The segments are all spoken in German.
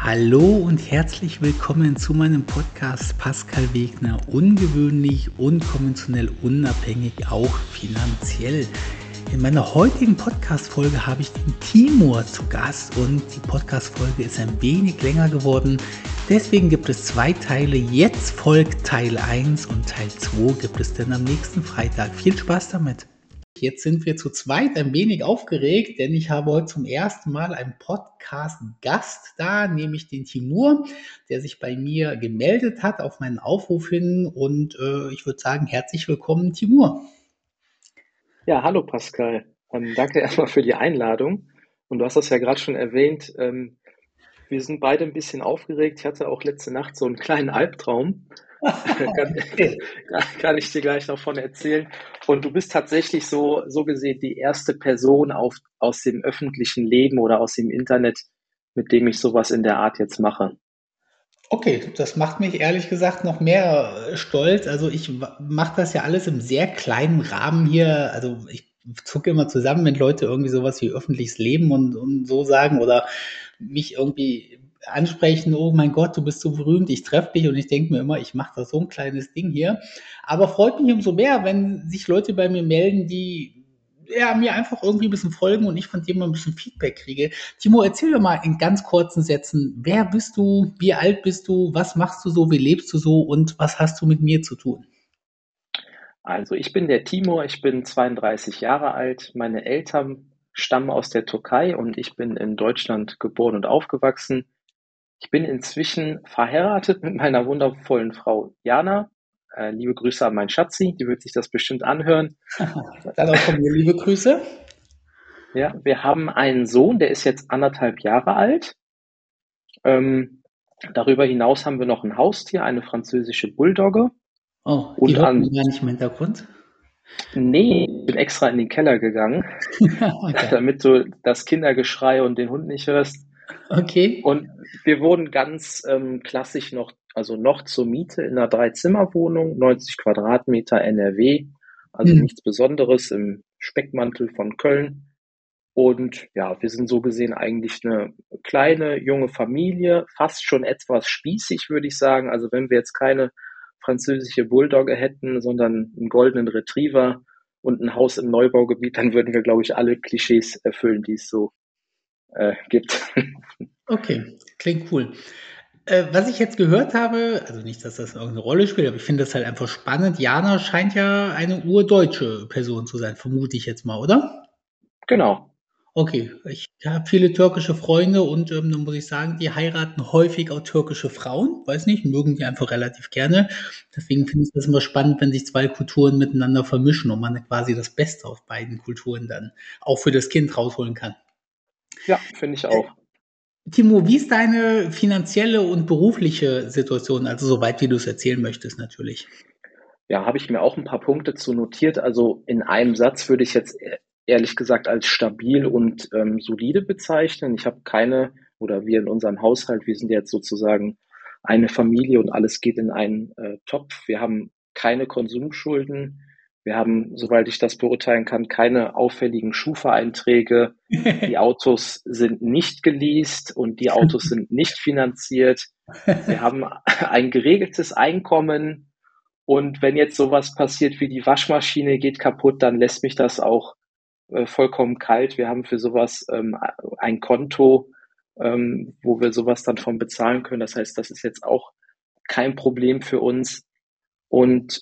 Hallo und herzlich willkommen zu meinem Podcast Pascal Wegner. Ungewöhnlich, unkonventionell, unabhängig, auch finanziell. In meiner heutigen Podcast-Folge habe ich den Timur zu Gast und die Podcast-Folge ist ein wenig länger geworden. Deswegen gibt es 2 Teile. Jetzt folgt Teil 1 und Teil 2 gibt es dann am nächsten Freitag. Viel Spaß damit! Jetzt sind wir zu zweit ein wenig aufgeregt, denn ich habe heute zum ersten Mal einen Podcast-Gast da, nämlich den Timur, der sich bei mir gemeldet hat auf meinen Aufruf hin. Und ich würde sagen, herzlich willkommen, Timur. Ja, hallo Pascal. Danke erstmal für die Einladung. Und du hast das ja gerade schon erwähnt. Wir sind beide ein bisschen aufgeregt. Ich hatte auch letzte Nacht so einen kleinen Albtraum. Kann, kann ich dir gleich noch von erzählen. Und du bist tatsächlich so gesehen die erste Person aus dem öffentlichen Leben oder aus dem Internet, mit dem ich sowas in der Art jetzt mache. Okay, das macht mich ehrlich gesagt noch mehr stolz. Also ich mache das ja alles im sehr kleinen Rahmen hier. Also ich zucke immer zusammen, wenn Leute irgendwie sowas wie öffentliches Leben und so sagen oder mich irgendwie ansprechen, oh mein Gott, du bist so berühmt, ich treffe dich und ich denke mir immer, ich mache da so ein kleines Ding hier. Aber freut mich umso mehr, wenn sich Leute bei mir melden, die ja, mir einfach irgendwie ein bisschen folgen und ich von dir mal ein bisschen Feedback kriege. Timo, erzähl doch mal in ganz kurzen Sätzen, wer bist du, wie alt bist du, was machst du so, wie lebst du so und was hast du mit mir zu tun? Also ich bin der Timur, ich bin 32 Jahre alt. Meine Eltern stammen aus der Türkei und ich bin in Deutschland geboren und aufgewachsen. Ich bin inzwischen verheiratet mit meiner wundervollen Frau Jana. Liebe Grüße an meinen Schatzi, die wird sich das bestimmt anhören. Dann auch von mir liebe Grüße. Ja, wir haben einen Sohn, der ist jetzt 1,5 Jahre alt. Darüber hinaus haben wir noch ein Haustier, eine französische Bulldogge. Oh, die Und hört man an, gar nicht im Hintergrund. nee, ich bin extra in den Keller gegangen, Geil. damit du das Kindergeschrei und den Hund nicht hörst. Okay. Und wir wohnen ganz klassisch noch, also noch zur Miete in einer Dreizimmerwohnung, 90 Quadratmeter NRW, also Hm. nichts Besonderes im Speckmantel von Köln. Und ja, wir sind so gesehen eigentlich eine kleine, junge Familie, fast schon etwas spießig, würde ich sagen. Also wenn wir jetzt keine französische Bulldogge hätten, sondern einen goldenen Retriever und ein Haus im Neubaugebiet, dann würden wir, glaube ich, alle Klischees erfüllen, die es so gibt. Okay, klingt cool. Was ich jetzt gehört habe, also nicht, dass das irgendeine Rolle spielt, aber ich finde das halt einfach spannend. Jana scheint ja eine urdeutsche Person zu sein, vermute ich jetzt mal, oder? Genau. Okay, ich habe viele türkische Freunde und dann muss ich sagen, die heiraten häufig auch türkische Frauen. Weiß nicht, mögen die einfach relativ gerne. Deswegen finde ich das immer spannend, wenn sich 2 Kulturen miteinander vermischen und man quasi das Beste aus beiden Kulturen dann auch für das Kind rausholen kann. Ja, finde ich auch. Timo, wie ist deine finanzielle und berufliche Situation? Also soweit, wie du es erzählen möchtest, natürlich. Ja, habe ich mir auch ein paar Punkte zu notiert. Also in einem Satz würde ich jetzt ehrlich gesagt als stabil und solide bezeichnen. Ich habe keine, oder wir in unserem Haushalt, wir sind jetzt sozusagen eine Familie und alles geht in einen Topf. Wir haben keine Konsumschulden. Wir haben, soweit ich das beurteilen kann, keine auffälligen Schufa-Einträge. Die Autos sind nicht geleast und die Autos sind nicht finanziert. Wir haben ein geregeltes Einkommen. Und wenn jetzt sowas passiert wie die Waschmaschine geht kaputt, dann lässt mich das auch vollkommen kalt. Wir haben für sowas ein Konto, wo wir sowas dann von bezahlen können. Das heißt, das ist jetzt auch kein Problem für uns. Und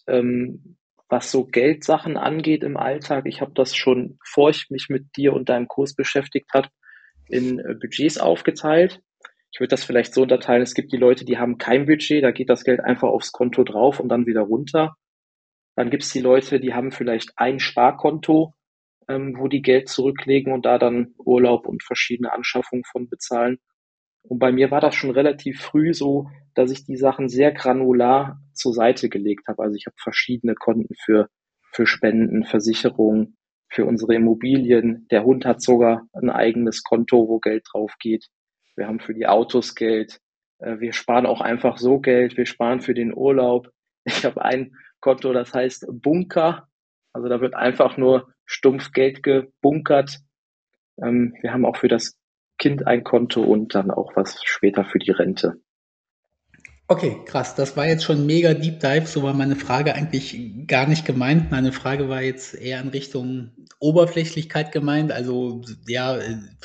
was so Geldsachen angeht im Alltag, ich habe das schon, bevor ich mich mit dir und deinem Kurs beschäftigt habe, in Budgets aufgeteilt. Ich würde das vielleicht so unterteilen, es gibt die Leute, die haben kein Budget, da geht das Geld einfach aufs Konto drauf und dann wieder runter. Dann gibt es die Leute, die haben vielleicht ein Sparkonto, wo die Geld zurücklegen und da dann Urlaub und verschiedene Anschaffungen von bezahlen. Und bei mir war das schon relativ früh so, dass ich die Sachen sehr granular zur Seite gelegt habe. Also ich habe verschiedene Konten für Spenden, Versicherungen, für unsere Immobilien. Der Hund hat sogar ein eigenes Konto, wo Geld drauf geht. Wir haben für die Autos Geld. Wir sparen auch einfach so Geld. Wir sparen für den Urlaub. Ich habe ein Konto, das heißt Bunker. Also da wird einfach nur stumpf Geld gebunkert. Wir haben auch für das Kind ein Konto und dann auch was später für die Rente. Okay, krass. Das war jetzt schon mega Deep Dive. So war meine Frage eigentlich gar nicht gemeint. Meine Frage war jetzt eher in Richtung Oberflächlichkeit gemeint. Also, ja,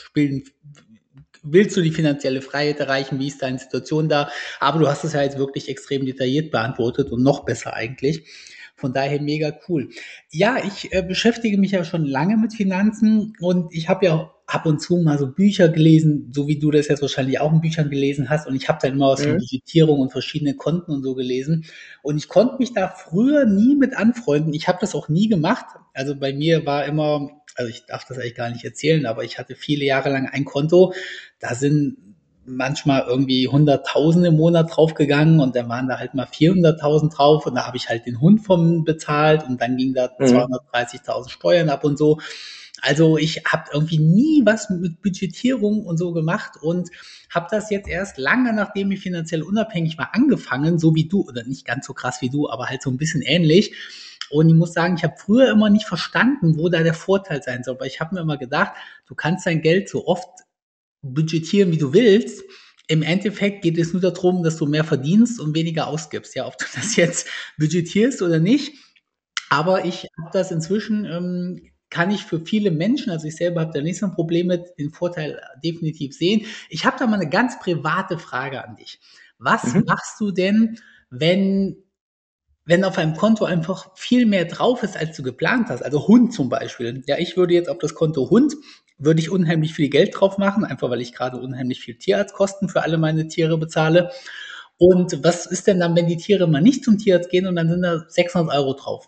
willst du die finanzielle Freiheit erreichen? Wie ist deine Situation da? Aber du hast es ja jetzt wirklich extrem detailliert beantwortet und noch besser eigentlich. Von daher mega cool. Ja, ich beschäftige mich ja schon lange mit Finanzen und ich habe ja ab und zu mal so Bücher gelesen, so wie du das jetzt wahrscheinlich auch in Büchern gelesen hast. Und ich habe dann immer was von Mhm. Budgetierung und verschiedene Konten und so gelesen. Und ich konnte mich da früher nie mit anfreunden. Ich habe das auch nie gemacht. Also bei mir war immer, also ich darf das eigentlich gar nicht erzählen, aber ich hatte viele Jahre lang ein Konto. Da sind manchmal irgendwie 100.000 im Monat draufgegangen und dann waren da halt mal 400.000 drauf und da habe ich halt den Hund von bezahlt und dann ging da Mhm. 230.000 Steuern ab und so. Also ich habe irgendwie nie was mit Budgetierung und so gemacht und habe das jetzt erst lange, nachdem ich finanziell unabhängig war, angefangen, so wie du, oder nicht ganz so krass wie du, aber halt so ein bisschen ähnlich. Und ich muss sagen, ich habe früher immer nicht verstanden, wo da der Vorteil sein soll, weil ich habe mir immer gedacht, du kannst dein Geld so oft budgetieren, wie du willst. Im Endeffekt geht es nur darum, dass du mehr verdienst und weniger ausgibst. Ja, ob du das jetzt budgetierst oder nicht. Aber ich habe das inzwischen, kann ich für viele Menschen, also ich selber habe da nicht so ein Problem mit, den Vorteil definitiv sehen. Ich habe da mal eine ganz private Frage an dich. Was Mhm. machst du denn, wenn wenn auf einem Konto einfach viel mehr drauf ist, als du geplant hast, also Hund zum Beispiel. Ja, ich würde jetzt auf das Konto Hund, würde ich unheimlich viel Geld drauf machen, einfach weil ich gerade unheimlich viel Tierarztkosten für alle meine Tiere bezahle. Und was ist denn dann, wenn die Tiere mal nicht zum Tierarzt gehen und dann sind da 600 € drauf?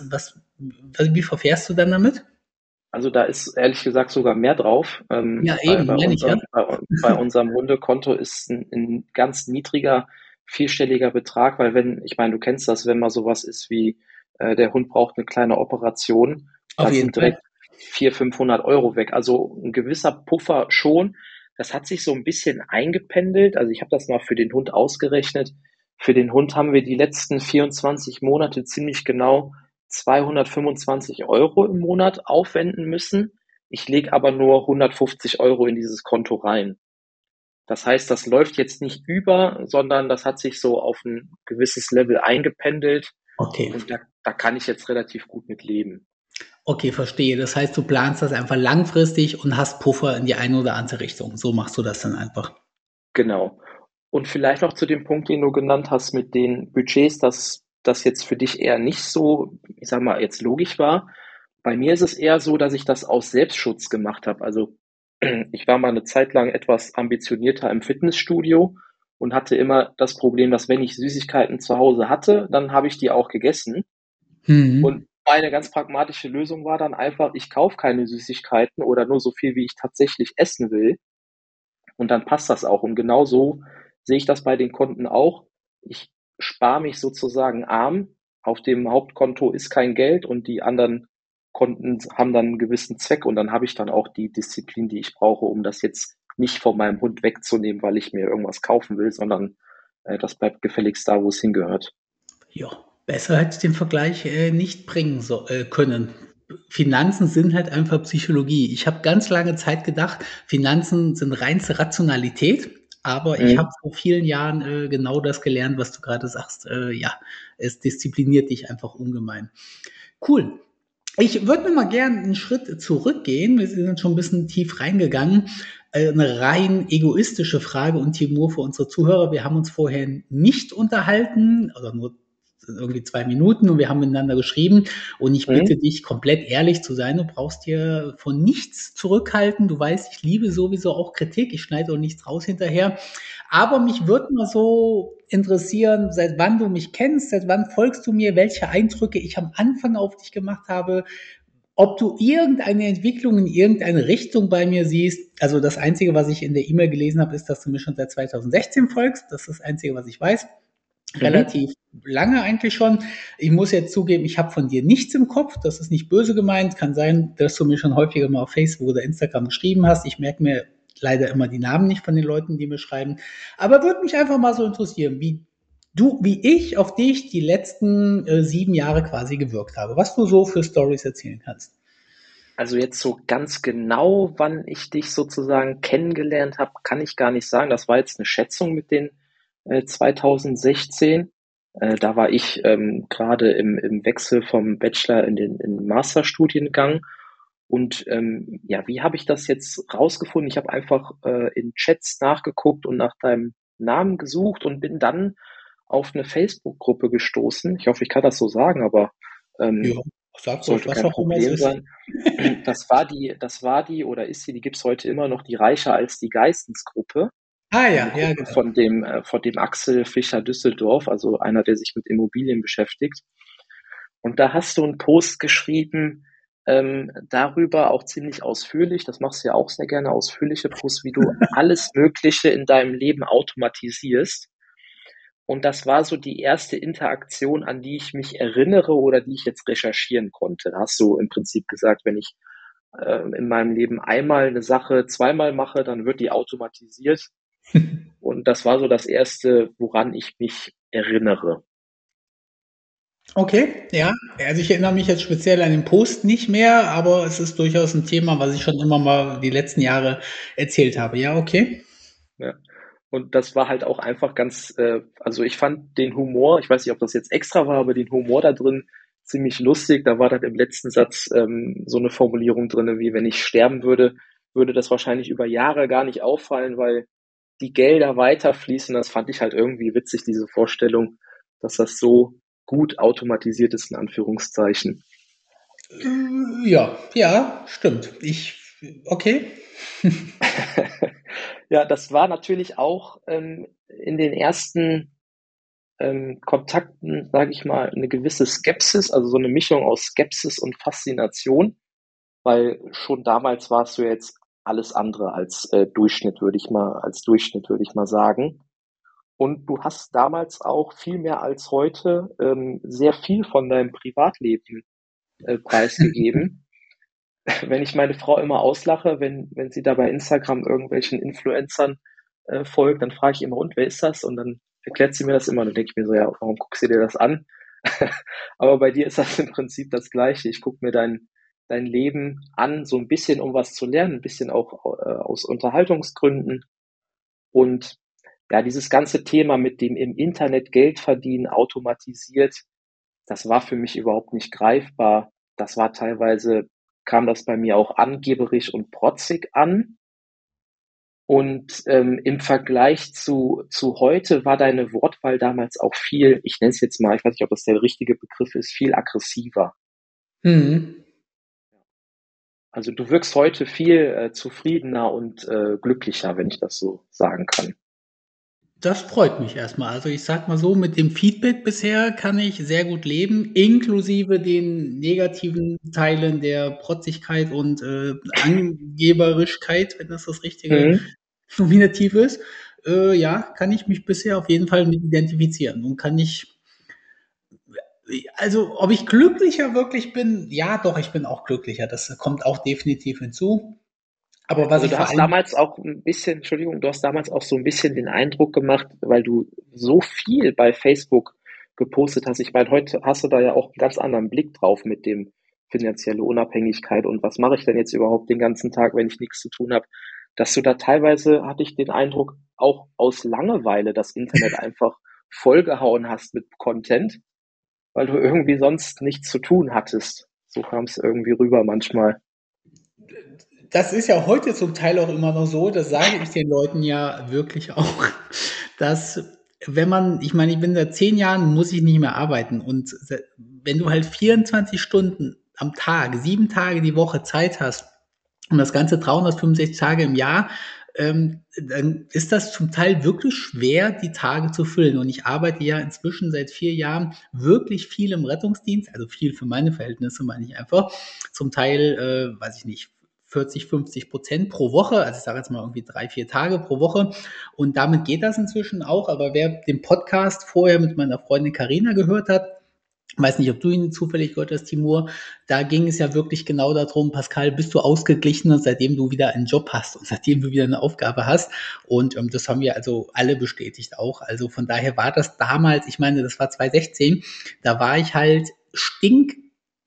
Wie verfährst du dann damit? Also da ist ehrlich gesagt sogar mehr drauf. Ja, eben, meine ich ja. Bei unserem Hundekonto ist ein ganz niedriger vierstelliger Betrag, weil wenn, ich meine, du kennst das, wenn mal sowas ist wie der Hund braucht eine kleine Operation, Auf da jeden sind Fall. direkt 400, 500 € weg. Also ein gewisser Puffer schon. Das hat sich so ein bisschen eingependelt. Also ich habe das mal für den Hund ausgerechnet. Für den Hund haben wir die letzten 24 Monate ziemlich genau 225 € im Monat aufwenden müssen. Ich lege aber nur 150 € in dieses Konto rein. Das heißt, das läuft jetzt nicht über, sondern das hat sich so auf ein gewisses Level eingependelt Okay. und da kann ich jetzt relativ gut mit leben. Okay, verstehe. Das heißt, du planst das einfach langfristig und hast Puffer in die eine oder andere Richtung. So machst du das dann einfach. Genau. Und vielleicht noch zu dem Punkt, den du genannt hast mit den Budgets, dass das jetzt für dich eher nicht so, ich sag mal, jetzt logisch war. Bei mir ist es eher so, dass ich das aus Selbstschutz gemacht habe. Also ich war mal eine Zeit lang etwas ambitionierter im Fitnessstudio und hatte immer das Problem, dass wenn ich Süßigkeiten zu Hause hatte, dann habe ich die auch gegessen. Mhm. Und meine ganz pragmatische Lösung war dann einfach, ich kaufe keine Süßigkeiten oder nur so viel, wie ich tatsächlich essen will. Und dann passt das auch. Und genau so sehe ich das bei den Konten auch. Ich spare mich sozusagen arm. Auf dem Hauptkonto ist kein Geld und die anderen Konten haben dann einen gewissen Zweck und dann habe ich dann auch die Disziplin, die ich brauche, um das jetzt nicht von meinem Hund wegzunehmen, weil ich mir irgendwas kaufen will, sondern das bleibt gefälligst da, wo es hingehört. Ja, besser hätte ich den Vergleich nicht bringen können. Finanzen sind halt einfach Psychologie. Ich habe ganz lange Zeit gedacht, Finanzen sind reinste Rationalität, aber ich habe Mhm. vor vielen Jahren genau das gelernt, was du gerade sagst. Ja, es diszipliniert dich einfach ungemein. Cool. Ich würde noch mal gerne einen Schritt zurückgehen. Wir sind schon ein bisschen tief reingegangen. Eine rein egoistische Frage und Timur für unsere Zuhörer. Wir haben uns vorher nicht unterhalten, oder nur irgendwie 2 Minuten und wir haben miteinander geschrieben. Und ich bitte Mhm. dich, komplett ehrlich zu sein. Du brauchst dir von nichts zurückhalten. Du weißt, ich liebe sowieso auch Kritik. Ich schneide auch nichts raus hinterher. Aber mich würde mal so interessieren, seit wann du mich kennst, seit wann folgst du mir, welche Eindrücke ich am Anfang auf dich gemacht habe, ob du irgendeine Entwicklung in irgendeine Richtung bei mir siehst. Also das Einzige, was ich in der E-Mail gelesen habe, ist, dass du mir schon seit 2016 folgst. Das ist das Einzige, was ich weiß. Mhm. Relativ lange eigentlich schon. Ich muss jetzt zugeben, ich habe von dir nichts im Kopf. Das ist nicht böse gemeint. Kann sein, dass du mir schon häufiger mal auf Facebook oder Instagram geschrieben hast. Ich merke mir leider immer die Namen nicht von den Leuten, die mir schreiben. Aber würde mich einfach mal so interessieren, wie ich auf dich die letzten 7 Jahre quasi gewirkt habe. Was du so für Stories erzählen kannst. Also jetzt so ganz genau, wann ich dich sozusagen kennengelernt habe, kann ich gar nicht sagen. Das war jetzt eine Schätzung mit den 2016. Da war ich gerade im Wechsel vom Bachelor in den Masterstudiengang. Und ja, wie habe ich das jetzt rausgefunden? Ich habe einfach in Chats nachgeguckt und nach deinem Namen gesucht und bin dann auf eine Facebook-Gruppe gestoßen. Ich hoffe, ich kann das so sagen, aber Ja, ähm, sag ruhig, sollte was kein auch immer es Problem ist. sein. Das war die oder ist sie, die gibt's heute immer noch, die Reicher als die Geistensgruppe. Ah Eine ja, ja, Gruppe genau. von dem Axel Fischer Düsseldorf, also einer, der sich mit Immobilien beschäftigt. Und da hast du einen Post geschrieben, darüber auch ziemlich ausführlich, das machst du ja auch sehr gerne, ausführliche Posts, wie du alles Mögliche in deinem Leben automatisierst. Und das war so die erste Interaktion, an die ich mich erinnere oder die ich jetzt recherchieren konnte. Da hast du im Prinzip gesagt, wenn ich in meinem Leben einmal eine Sache zweimal mache, dann wird die automatisiert. Und das war so das Erste, woran ich mich erinnere. Okay, ja. Also ich erinnere mich jetzt speziell an den Post nicht mehr, aber es ist durchaus ein Thema, was ich schon immer mal die letzten Jahre erzählt habe. Ja, okay. Ja. Und das war halt auch einfach also ich fand den Humor, ich weiß nicht, ob das jetzt extra war, aber den Humor da drin ziemlich lustig. Da war dann im letzten Satz so eine Formulierung drin, wie wenn ich sterben würde, würde das wahrscheinlich über Jahre gar nicht auffallen, weil die Gelder weiterfließen. Das fand ich halt irgendwie witzig, diese Vorstellung, dass das so gut automatisiert ist, in Anführungszeichen. Ja, ja, stimmt. Okay. Ja, das war natürlich auch in den ersten Kontakten, sage ich mal, eine gewisse Skepsis, also so eine Mischung aus Skepsis und Faszination, weil schon damals warst du ja jetzt alles andere als Durchschnitt, würde ich mal sagen. Und du hast damals auch viel mehr als heute sehr viel von deinem Privatleben preisgegeben. Wenn ich meine Frau immer auslache, wenn sie da bei Instagram irgendwelchen Influencern folgt, dann frage ich immer, und wer ist das? Und dann erklärt sie mir das immer. Dann denke ich mir so, ja, warum guckst du dir das an? Aber bei dir ist das im Prinzip das Gleiche. Ich gucke mir dein Leben an, so ein bisschen, um was zu lernen, ein bisschen auch aus Unterhaltungsgründen. Und ja, dieses ganze Thema mit dem im Internet Geld verdienen, automatisiert, das war für mich überhaupt nicht greifbar. Das war teilweise, kam das bei mir auch angeberisch und protzig an. Und im Vergleich zu heute war deine Wortwahl damals auch viel, ich nenne es jetzt mal, ich weiß nicht, ob das der richtige Begriff ist, viel aggressiver. Mhm. Also du wirkst heute viel zufriedener und glücklicher, wenn ich das so sagen kann. Das freut mich erstmal. Also ich sag mal so, mit dem Feedback bisher kann ich sehr gut leben, inklusive den negativen Teilen der Protzigkeit und Angeberischkeit, wenn das richtige Mhm. Nominativ ist. Ja, kann ich mich bisher auf jeden Fall mit identifizieren und kann ich, also ob ich glücklicher wirklich bin, ja, doch, ich bin auch glücklicher. Das kommt auch definitiv hinzu. Aber was Also ich du vor hast allem, damals auch ein bisschen, Entschuldigung, du hast damals auch so ein bisschen den Eindruck gemacht, weil du so viel bei Facebook gepostet hast. Ich meine, heute hast du da ja auch einen ganz anderen Blick drauf mit dem finanzielle Unabhängigkeit und was mache ich denn jetzt überhaupt den ganzen Tag, wenn ich nichts zu tun habe, dass du da teilweise, hatte ich den Eindruck, auch aus Langeweile das Internet einfach vollgehauen hast mit Content, weil du irgendwie sonst nichts zu tun hattest. So kam es irgendwie rüber manchmal. das ist ja heute zum Teil auch immer noch so, das sage ich den Leuten ja wirklich auch, dass wenn man, ich meine, ich bin seit 10 Jahren, muss ich nicht mehr arbeiten und wenn du halt 24 Stunden am Tag, 7 Tage die Woche Zeit hast und das Ganze 365 Tage im Jahr, dann ist das zum Teil wirklich schwer, die Tage zu füllen. Und ich arbeite ja inzwischen seit 4 Jahren wirklich viel im Rettungsdienst, also viel für meine Verhältnisse, meine ich einfach. Zum Teil, weiß ich nicht, 40, 50% pro Woche, also ich sage jetzt mal irgendwie 3, 4 Tage pro Woche. Und damit geht das inzwischen auch. Aber wer den Podcast vorher mit meiner Freundin Karina gehört hat, weiß nicht, ob du ihn zufällig gehört hast, Timur. Da ging es ja wirklich genau darum, Pascal, bist du ausgeglichener, seitdem du wieder einen Job hast und seitdem du wieder eine Aufgabe hast. Und das haben wir also alle bestätigt auch. Also von daher war das damals, ich meine, das war 2016, da war ich halt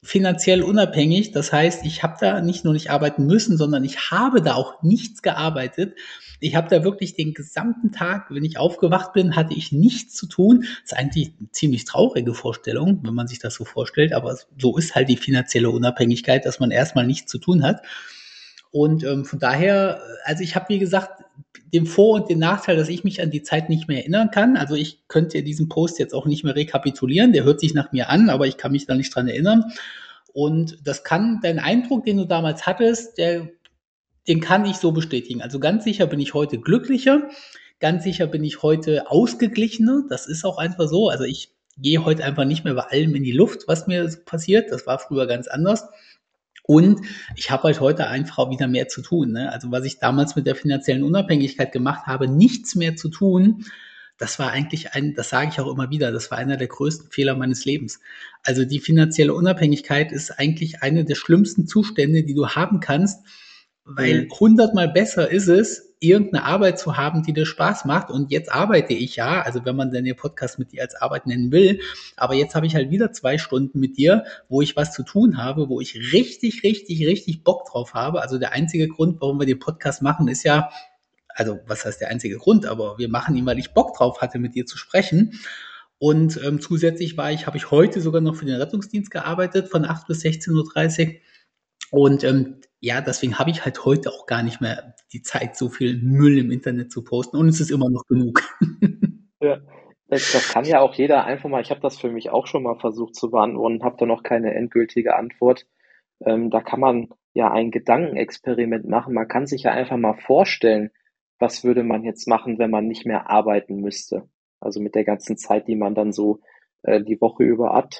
finanziell unabhängig. Das heißt, ich habe da nicht nur nicht arbeiten müssen, sondern ich habe da auch nichts gearbeitet. Ich habe da wirklich den gesamten Tag, wenn ich aufgewacht bin, hatte ich nichts zu tun. Das ist eigentlich eine ziemlich traurige Vorstellung, wenn man sich das so vorstellt, aber so ist halt die finanzielle Unabhängigkeit, dass man erstmal nichts zu tun hat. Und von daher, also ich habe, wie gesagt, den Vor- und den Nachteil, dass ich mich an die Zeit nicht mehr erinnern kann. Also ich könnte diesen Post jetzt auch nicht mehr rekapitulieren. Der hört sich nach mir an, aber ich kann mich da nicht dran erinnern. Und das kann, dein Eindruck, den du damals hattest, den kann ich so bestätigen. Also ganz sicher bin ich heute glücklicher. Ganz sicher bin ich heute ausgeglichener. Das ist auch einfach so. Also ich gehe heute einfach nicht mehr bei allem in die Luft, was mir so passiert. Das war früher ganz anders. Und ich habe halt heute einfach wieder mehr zu tun. Ne? Also was ich damals mit der finanziellen Unabhängigkeit gemacht habe, nichts mehr zu tun, das war eigentlich das sage ich auch immer wieder, das war einer der größten Fehler meines Lebens. Also die finanzielle Unabhängigkeit ist eigentlich eine der schlimmsten Zustände, die du haben kannst, weil Mhm. 100-mal besser ist es, irgendeine Arbeit zu haben, die dir Spaß macht. Und jetzt arbeite ich ja, also wenn man denn den Podcast mit dir als Arbeit nennen will, aber jetzt habe ich halt wieder 2 Stunden mit dir, wo ich was zu tun habe, wo ich richtig, richtig, richtig Bock drauf habe. Also der einzige Grund, warum wir den Podcast machen, ist ja, also was heißt der einzige Grund, aber wir machen ihn, weil ich Bock drauf hatte, mit dir zu sprechen. Und zusätzlich habe ich heute sogar noch für den Rettungsdienst gearbeitet, von 8 bis 16:30 Uhr. Und ja, deswegen habe ich halt heute auch gar nicht mehr die Zeit, so viel Müll im Internet zu posten. Und es ist immer noch genug. Ja, das kann ja auch jeder einfach mal, ich habe das für mich auch schon mal versucht zu beantworten, habe da noch keine endgültige Antwort. Da kann man ja ein Gedankenexperiment machen. Man kann sich ja einfach mal vorstellen, was würde man jetzt machen, wenn man nicht mehr arbeiten müsste. Also mit der ganzen Zeit, die man dann so die Woche über hat.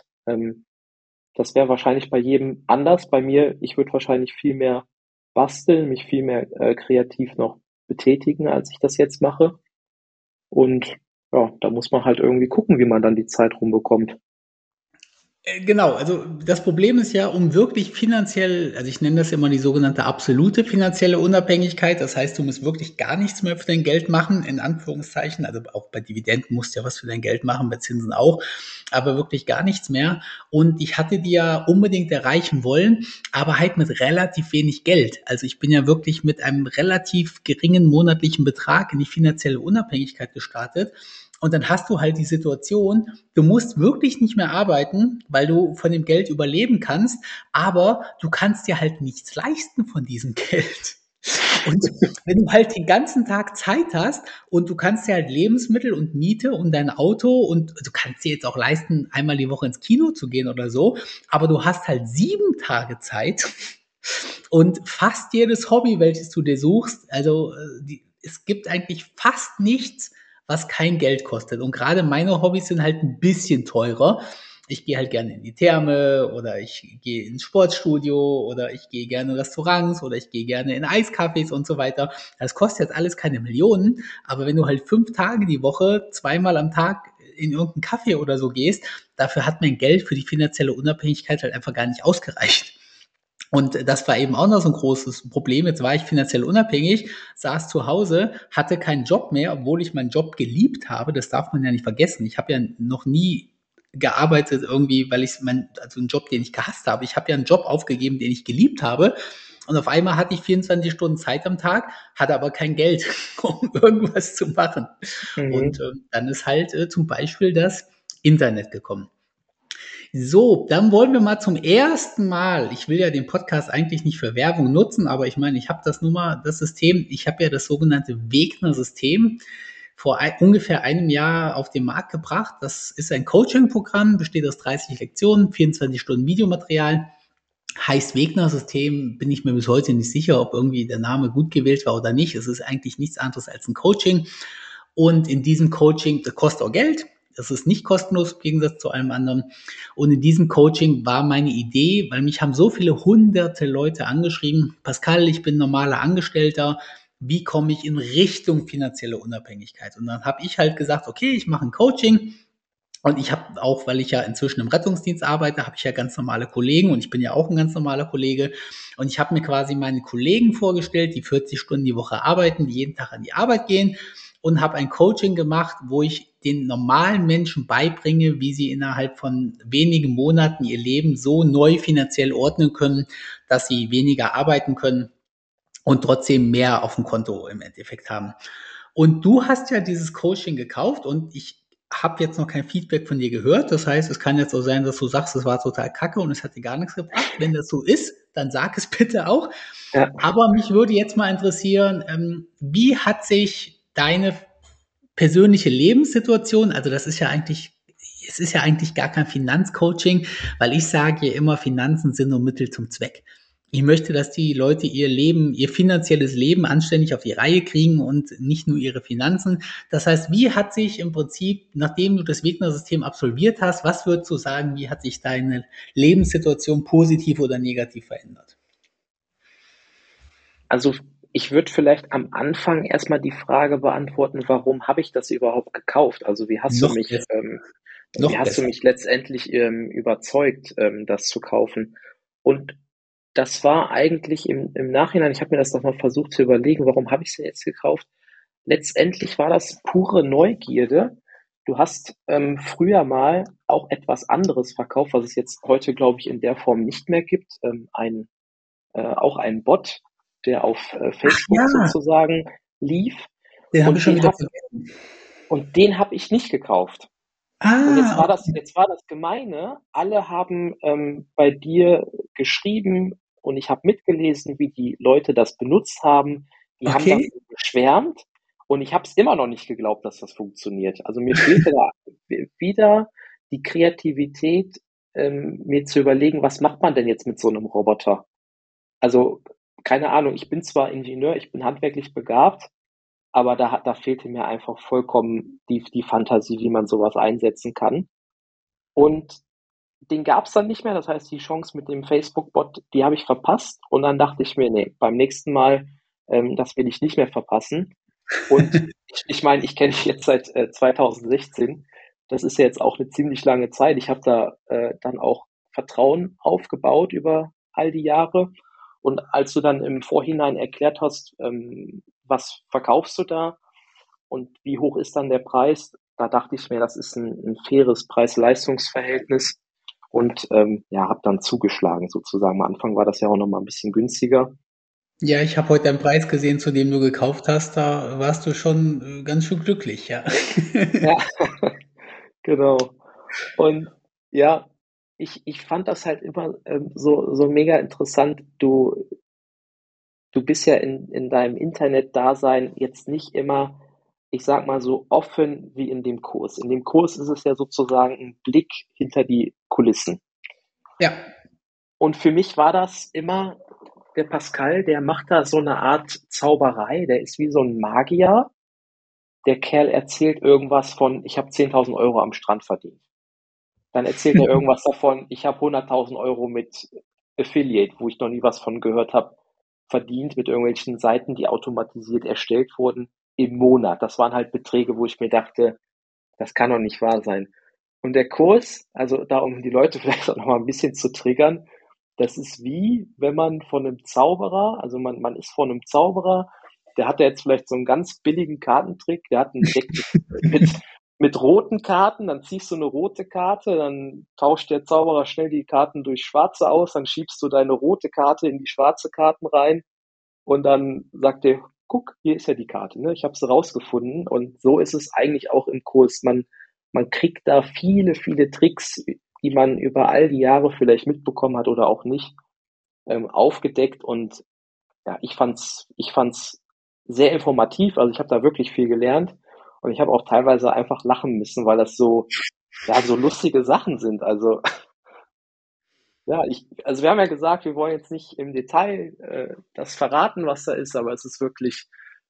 Das wäre wahrscheinlich bei jedem anders. Bei mir, ich würde wahrscheinlich viel mehr basteln, mich viel mehr kreativ noch betätigen, als ich das jetzt mache. Und ja, da muss man halt irgendwie gucken, wie man dann die Zeit rumbekommt. Genau, also das Problem ist ja, um wirklich finanziell, also ich nenne das immer die sogenannte absolute finanzielle Unabhängigkeit. Das heißt, du musst wirklich gar nichts mehr für dein Geld machen, in Anführungszeichen. Also auch bei Dividenden musst du ja was für dein Geld machen, bei Zinsen auch, aber wirklich gar nichts mehr. Und ich hatte die ja unbedingt erreichen wollen, aber halt mit relativ wenig Geld. Also ich bin ja wirklich mit einem relativ geringen monatlichen Betrag in die finanzielle Unabhängigkeit gestartet. Und dann hast du halt die Situation, du musst wirklich nicht mehr arbeiten, weil du von dem Geld überleben kannst, aber du kannst dir halt nichts leisten von diesem Geld. Und wenn du halt den ganzen Tag Zeit hast und du kannst dir halt Lebensmittel und Miete und dein Auto und du kannst dir jetzt auch leisten, einmal die Woche ins Kino zu gehen oder so, aber du hast halt 7 Tage Zeit und fast jedes Hobby, welches du dir suchst, also es gibt eigentlich fast nichts, was kein Geld kostet. Und gerade meine Hobbys sind halt ein bisschen teurer. Ich gehe halt gerne in die Therme oder ich gehe ins Sportstudio oder ich gehe gerne in Restaurants oder ich gehe gerne in Eiscafés und so weiter. Das kostet jetzt alles keine Millionen, aber wenn du halt 5 Tage die Woche, zweimal am Tag in irgendeinen Kaffee oder so gehst, dafür hat mein Geld für die finanzielle Unabhängigkeit halt einfach gar nicht ausgereicht. Und das war eben auch noch so ein großes Problem. Jetzt war ich finanziell unabhängig, saß zu Hause, hatte keinen Job mehr, obwohl ich meinen Job geliebt habe. Das darf man ja nicht vergessen. Ich habe ja noch nie gearbeitet irgendwie, weil also einen Job, den ich gehasst habe. Ich habe ja einen Job aufgegeben, den ich geliebt habe. Und auf einmal hatte ich 24 Stunden Zeit am Tag, hatte aber kein Geld, um irgendwas zu machen. Und Mhm. dann ist halt zum Beispiel das Internet gekommen. So, dann wollen wir mal zum ersten Mal, ich will ja den Podcast eigentlich nicht für Werbung nutzen, aber ich meine, ich habe das nun mal, das System, ich habe ja das sogenannte Wegner-System vor ungefähr einem Jahr auf den Markt gebracht. Das ist ein Coaching-Programm, besteht aus 30 Lektionen, 24 Stunden Videomaterial. Heißt Wegner-System, bin ich mir bis heute nicht sicher, ob irgendwie der Name gut gewählt war oder nicht. Es ist eigentlich nichts anderes als ein Coaching. Und in diesem Coaching, das kostet auch Geld. Das ist nicht kostenlos im Gegensatz zu allem anderen. Und in diesem Coaching war meine Idee, weil mich haben so viele hunderte Leute angeschrieben, Pascal, ich bin normaler Angestellter, wie komme ich in Richtung finanzielle Unabhängigkeit? Und dann habe ich halt gesagt, okay, ich mache ein Coaching. Und ich habe auch, weil ich ja inzwischen im Rettungsdienst arbeite, habe ich ja ganz normale Kollegen und ich bin ja auch ein ganz normaler Kollege. Und ich habe mir quasi meine Kollegen vorgestellt, die 40 Stunden die Woche arbeiten, die jeden Tag an die Arbeit gehen und habe ein Coaching gemacht, wo ich den normalen Menschen beibringe, wie sie innerhalb von wenigen Monaten ihr Leben so neu finanziell ordnen können, dass sie weniger arbeiten können und trotzdem mehr auf dem Konto im Endeffekt haben. Und du hast ja dieses Coaching gekauft und ich habe jetzt noch kein Feedback von dir gehört. Das heißt, es kann jetzt so sein, dass du sagst, es war total kacke und es hat dir gar nichts gebracht. Wenn das so ist, dann sag es bitte auch. Ja, Aber mich würde jetzt mal interessieren, wie hat sich deine persönliche Lebenssituation, also das ist ja eigentlich, es ist ja eigentlich gar kein Finanzcoaching, weil ich sage ja immer, Finanzen sind nur Mittel zum Zweck. Ich möchte, dass die Leute ihr Leben, ihr finanzielles Leben anständig auf die Reihe kriegen und nicht nur ihre Finanzen. Das heißt, wie hat sich im Prinzip, nachdem du das Wegner-System absolviert hast, was würdest du sagen, wie hat sich deine Lebenssituation positiv oder negativ verändert? also ich würde vielleicht am Anfang erstmal die Frage beantworten, warum habe ich das überhaupt gekauft? Also Noch besser. wie Noch hast du besser. mich letztendlich überzeugt, das zu kaufen? Und das war eigentlich im Nachhinein, ich habe mir das noch mal versucht zu überlegen, warum habe ich es denn jetzt gekauft? Letztendlich war das pure Neugierde. Du hast früher mal auch etwas anderes verkauft, was es jetzt heute, glaube ich, in der Form nicht mehr gibt. Auch ein Bot, der auf Facebook Ja, sozusagen lief. den habe ich Und schon den wieder habe vergessen. den hab ich nicht gekauft. Und Ah, okay. jetzt war das Gemeine, alle haben bei dir geschrieben und ich habe mitgelesen, wie die Leute das benutzt haben. Die haben Okay. davon geschwärmt und ich habe es immer noch nicht geglaubt, dass das funktioniert. Also mir fehlte da wieder die Kreativität, mir zu überlegen, was macht man denn jetzt mit so einem Roboter? Also keine Ahnung, ich bin zwar Ingenieur, ich bin handwerklich begabt, aber da fehlte mir einfach vollkommen die Fantasie, wie man sowas einsetzen kann. Und den gab es dann nicht mehr. Das heißt, die Chance mit dem Facebook-Bot, die habe ich verpasst. Und dann dachte ich mir, nee, beim nächsten Mal, das will ich nicht mehr verpassen. Und ich meine, ich kenne dich jetzt seit 2016. Das ist ja jetzt auch eine ziemlich lange Zeit. Ich habe da dann auch Vertrauen aufgebaut über all die Jahre. Und als du dann im Vorhinein erklärt hast, was verkaufst du da und wie hoch ist dann der Preis, da dachte ich mir, das ist ein faires Preis-Leistungs-Verhältnis und ja, habe dann zugeschlagen sozusagen. Am Anfang war das ja auch noch mal ein bisschen günstiger. Ja, ich habe heute einen Preis gesehen, zu dem du gekauft hast. Da warst du schon ganz schön glücklich, ja. Ja, genau. Und ja, ich fand das halt immer so mega interessant. Du bist ja in deinem Internetdasein jetzt nicht immer, ich sag mal, so offen wie in dem Kurs. In dem Kurs ist es ja sozusagen ein Blick hinter die Kulissen. Ja, Und für mich war das immer, der Pascal, der macht da so eine Art Zauberei, der ist wie so ein Magier. Der Kerl erzählt irgendwas von, ich habe 10.000 Euro am Strand verdient. Dann erzählt er irgendwas davon, ich habe 100.000 Euro mit Affiliate, wo ich noch nie was von gehört habe, verdient mit irgendwelchen Seiten, die automatisiert erstellt wurden im Monat. Das waren halt Beträge, wo ich mir dachte, das kann doch nicht wahr sein. Und der Kurs, also da um die Leute vielleicht auch noch mal ein bisschen zu triggern, das ist wie, wenn man von einem Zauberer, also man ist von einem Zauberer, der hat ja jetzt vielleicht so einen ganz billigen Kartentrick, der hat ein Deck mit roten Karten, dann ziehst du eine rote Karte, dann tauscht der Zauberer schnell die Karten durch schwarze aus, dann schiebst du deine rote Karte in die schwarze Karten rein und dann sagt er, guck, hier ist ja die Karte, ne? Ich habe sie rausgefunden und so ist es eigentlich auch im Kurs. Man kriegt da viele Tricks, die man über all die Jahre vielleicht mitbekommen hat oder auch nicht, aufgedeckt und ja, ich fand's sehr informativ. Also ich habe da wirklich viel gelernt und ich habe auch teilweise einfach lachen müssen, weil das so, ja, so lustige Sachen sind. Also ja, also wir haben ja gesagt, wir wollen jetzt nicht im Detail das verraten, was da ist, aber es ist wirklich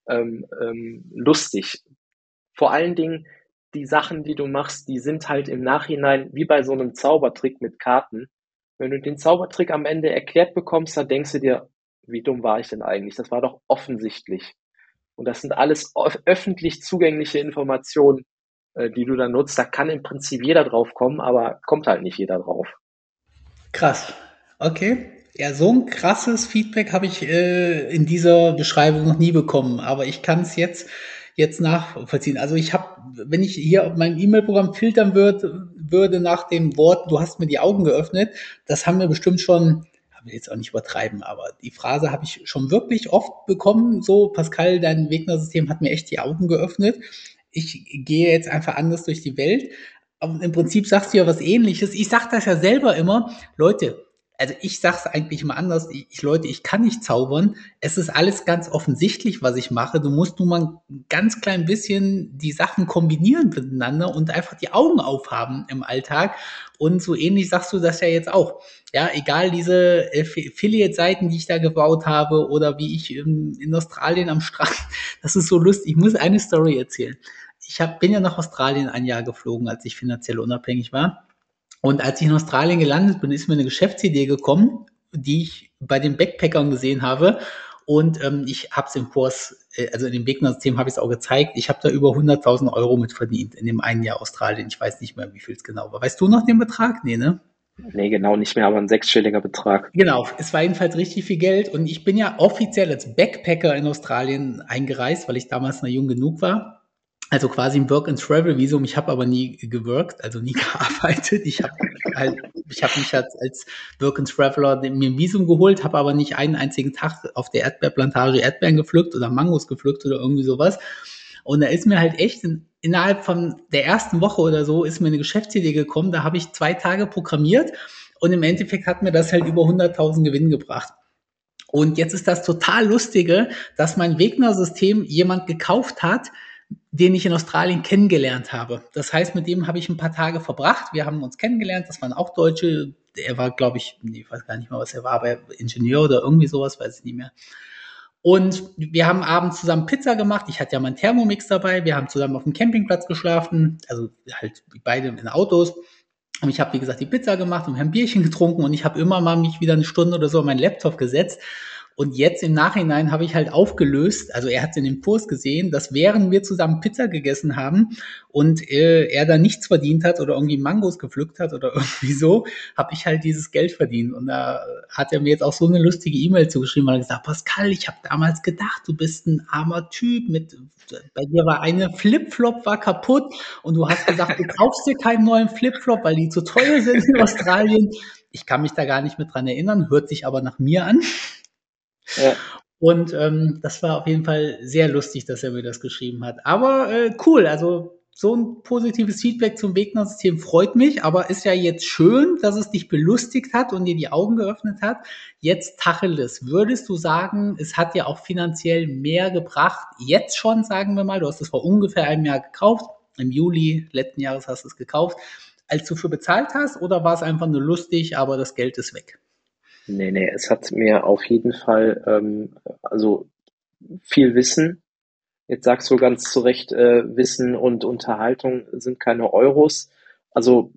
lustig. Vor allen Dingen die Sachen, die du machst, die sind halt im Nachhinein wie bei so einem Zaubertrick mit Karten. Wenn du den Zaubertrick am Ende erklärt bekommst, dann denkst du dir, wie dumm war ich denn eigentlich? Das war doch offensichtlich. Und das sind alles öffentlich zugängliche Informationen, die du dann nutzt. Da kann im Prinzip jeder drauf kommen, aber kommt halt nicht jeder drauf. krass. Okay. Ja, so ein krasses Feedback habe ich in dieser Beschreibung noch nie bekommen. Aber ich kann es jetzt jetzt nachvollziehen. Also ich habe, wenn ich hier auf meinem E-Mail-Programm filtern würde nach dem Wort, du hast mir die Augen geöffnet, das haben wir bestimmt schon, ich will jetzt auch nicht übertreiben, aber die Phrase habe ich schon wirklich oft bekommen, so Pascal, dein Wegner-System hat mir echt die Augen geöffnet. Ich gehe jetzt einfach anders durch die Welt. Aber im Prinzip sagst du ja was Ähnliches. Ich sage das ja selber immer, Leute, also ich sage es eigentlich immer anders, Leute, ich kann nicht zaubern. Es ist alles ganz offensichtlich, was ich mache. Du musst nur mal ein ganz klein bisschen die Sachen kombinieren miteinander und einfach die Augen aufhaben im Alltag. Und so ähnlich sagst du das ja jetzt auch. Ja, egal diese Affiliate-Seiten, die ich da gebaut habe oder wie ich in Australien am Strand, das ist so lustig. Ich muss eine Story erzählen. Bin ja nach Australien ein Jahr geflogen, als ich finanziell unabhängig war. Und als ich in Australien gelandet bin, ist mir eine Geschäftsidee gekommen, die ich bei den Backpackern gesehen habe. Und ich habe es im Kurs, also in dem Wegner-System habe ich es auch gezeigt. Ich habe da über 100.000 Euro mit verdient in dem einen Jahr Australien. Ich weiß nicht mehr, wie viel es genau war. Weißt du noch den Betrag? Nee, ne? Nee, genau nicht mehr, aber ein sechsstelliger Betrag. Genau, es war jedenfalls richtig viel Geld. Und ich bin ja offiziell als Backpacker in Australien eingereist, weil ich damals noch jung genug war. Also quasi ein Work-and-Travel-Visum. Ich habe aber nie geworkt, also nie gearbeitet. Ich habe mich als Work-and-Traveler mir ein Visum geholt, habe aber nicht einen einzigen Tag auf der Erdbeerplantage Erdbeeren gepflückt oder Mangos gepflückt oder irgendwie sowas. Und da ist mir halt echt innerhalb von der ersten Woche oder so ist mir eine Geschäftsidee gekommen. Da habe ich 2 Tage programmiert und im Endeffekt hat mir das halt über 100.000 Gewinn gebracht. Und jetzt ist das total Lustige, dass mein Wegner-System jemand gekauft hat, den ich in Australien kennengelernt habe. Das heißt, mit dem habe ich ein paar Tage verbracht. Wir haben uns kennengelernt. Das waren auch Deutsche. Er war, glaube ich, ich weiß gar nicht mehr, was er war, aber Ingenieur oder irgendwie sowas, weiß ich nicht mehr. Und wir haben abends zusammen Pizza gemacht. Ich hatte ja meinen Thermomix dabei. Wir haben zusammen auf dem Campingplatz geschlafen. Also halt beide in Autos. Und ich habe, wie gesagt, die Pizza gemacht und wir haben ein Bierchen getrunken und ich habe immer mal mich wieder eine Stunde oder so an meinen Laptop gesetzt. Und jetzt im Nachhinein habe ich halt aufgelöst, also er hat es in dem Kurs gesehen, dass während wir zusammen Pizza gegessen haben und er da nichts verdient hat oder irgendwie Mangos gepflückt hat oder irgendwie so, habe ich halt dieses Geld verdient. Und da hat er mir jetzt auch so eine lustige E-Mail zugeschrieben, weil er gesagt, Pascal, ich habe damals gedacht, du bist ein armer Typ, bei dir war eine Flipflop war kaputt und du hast gesagt, du kaufst dir keinen neuen Flipflop, weil die zu teuer sind in Australien. Ich kann mich da gar nicht mehr dran erinnern, hört sich aber nach mir an. Ja. Und das war auf jeden Fall sehr lustig, dass er mir das geschrieben hat. Aber cool, also so ein positives Feedback zum Wegner-System freut mich, aber ist ja jetzt schön, dass es dich belustigt hat und dir die Augen geöffnet hat. Jetzt Tacheles, würdest du sagen, es hat dir auch finanziell mehr gebracht? Jetzt schon, sagen wir mal, du hast es vor ungefähr einem Jahr gekauft, im Juli letzten Jahres hast du es gekauft, als du für bezahlt hast, oder war es einfach nur lustig, aber das Geld ist weg? Nee, nee, es hat mir auf jeden Fall, also viel Wissen. Jetzt sagst du ganz zu Recht, Wissen und Unterhaltung sind keine Euros. Also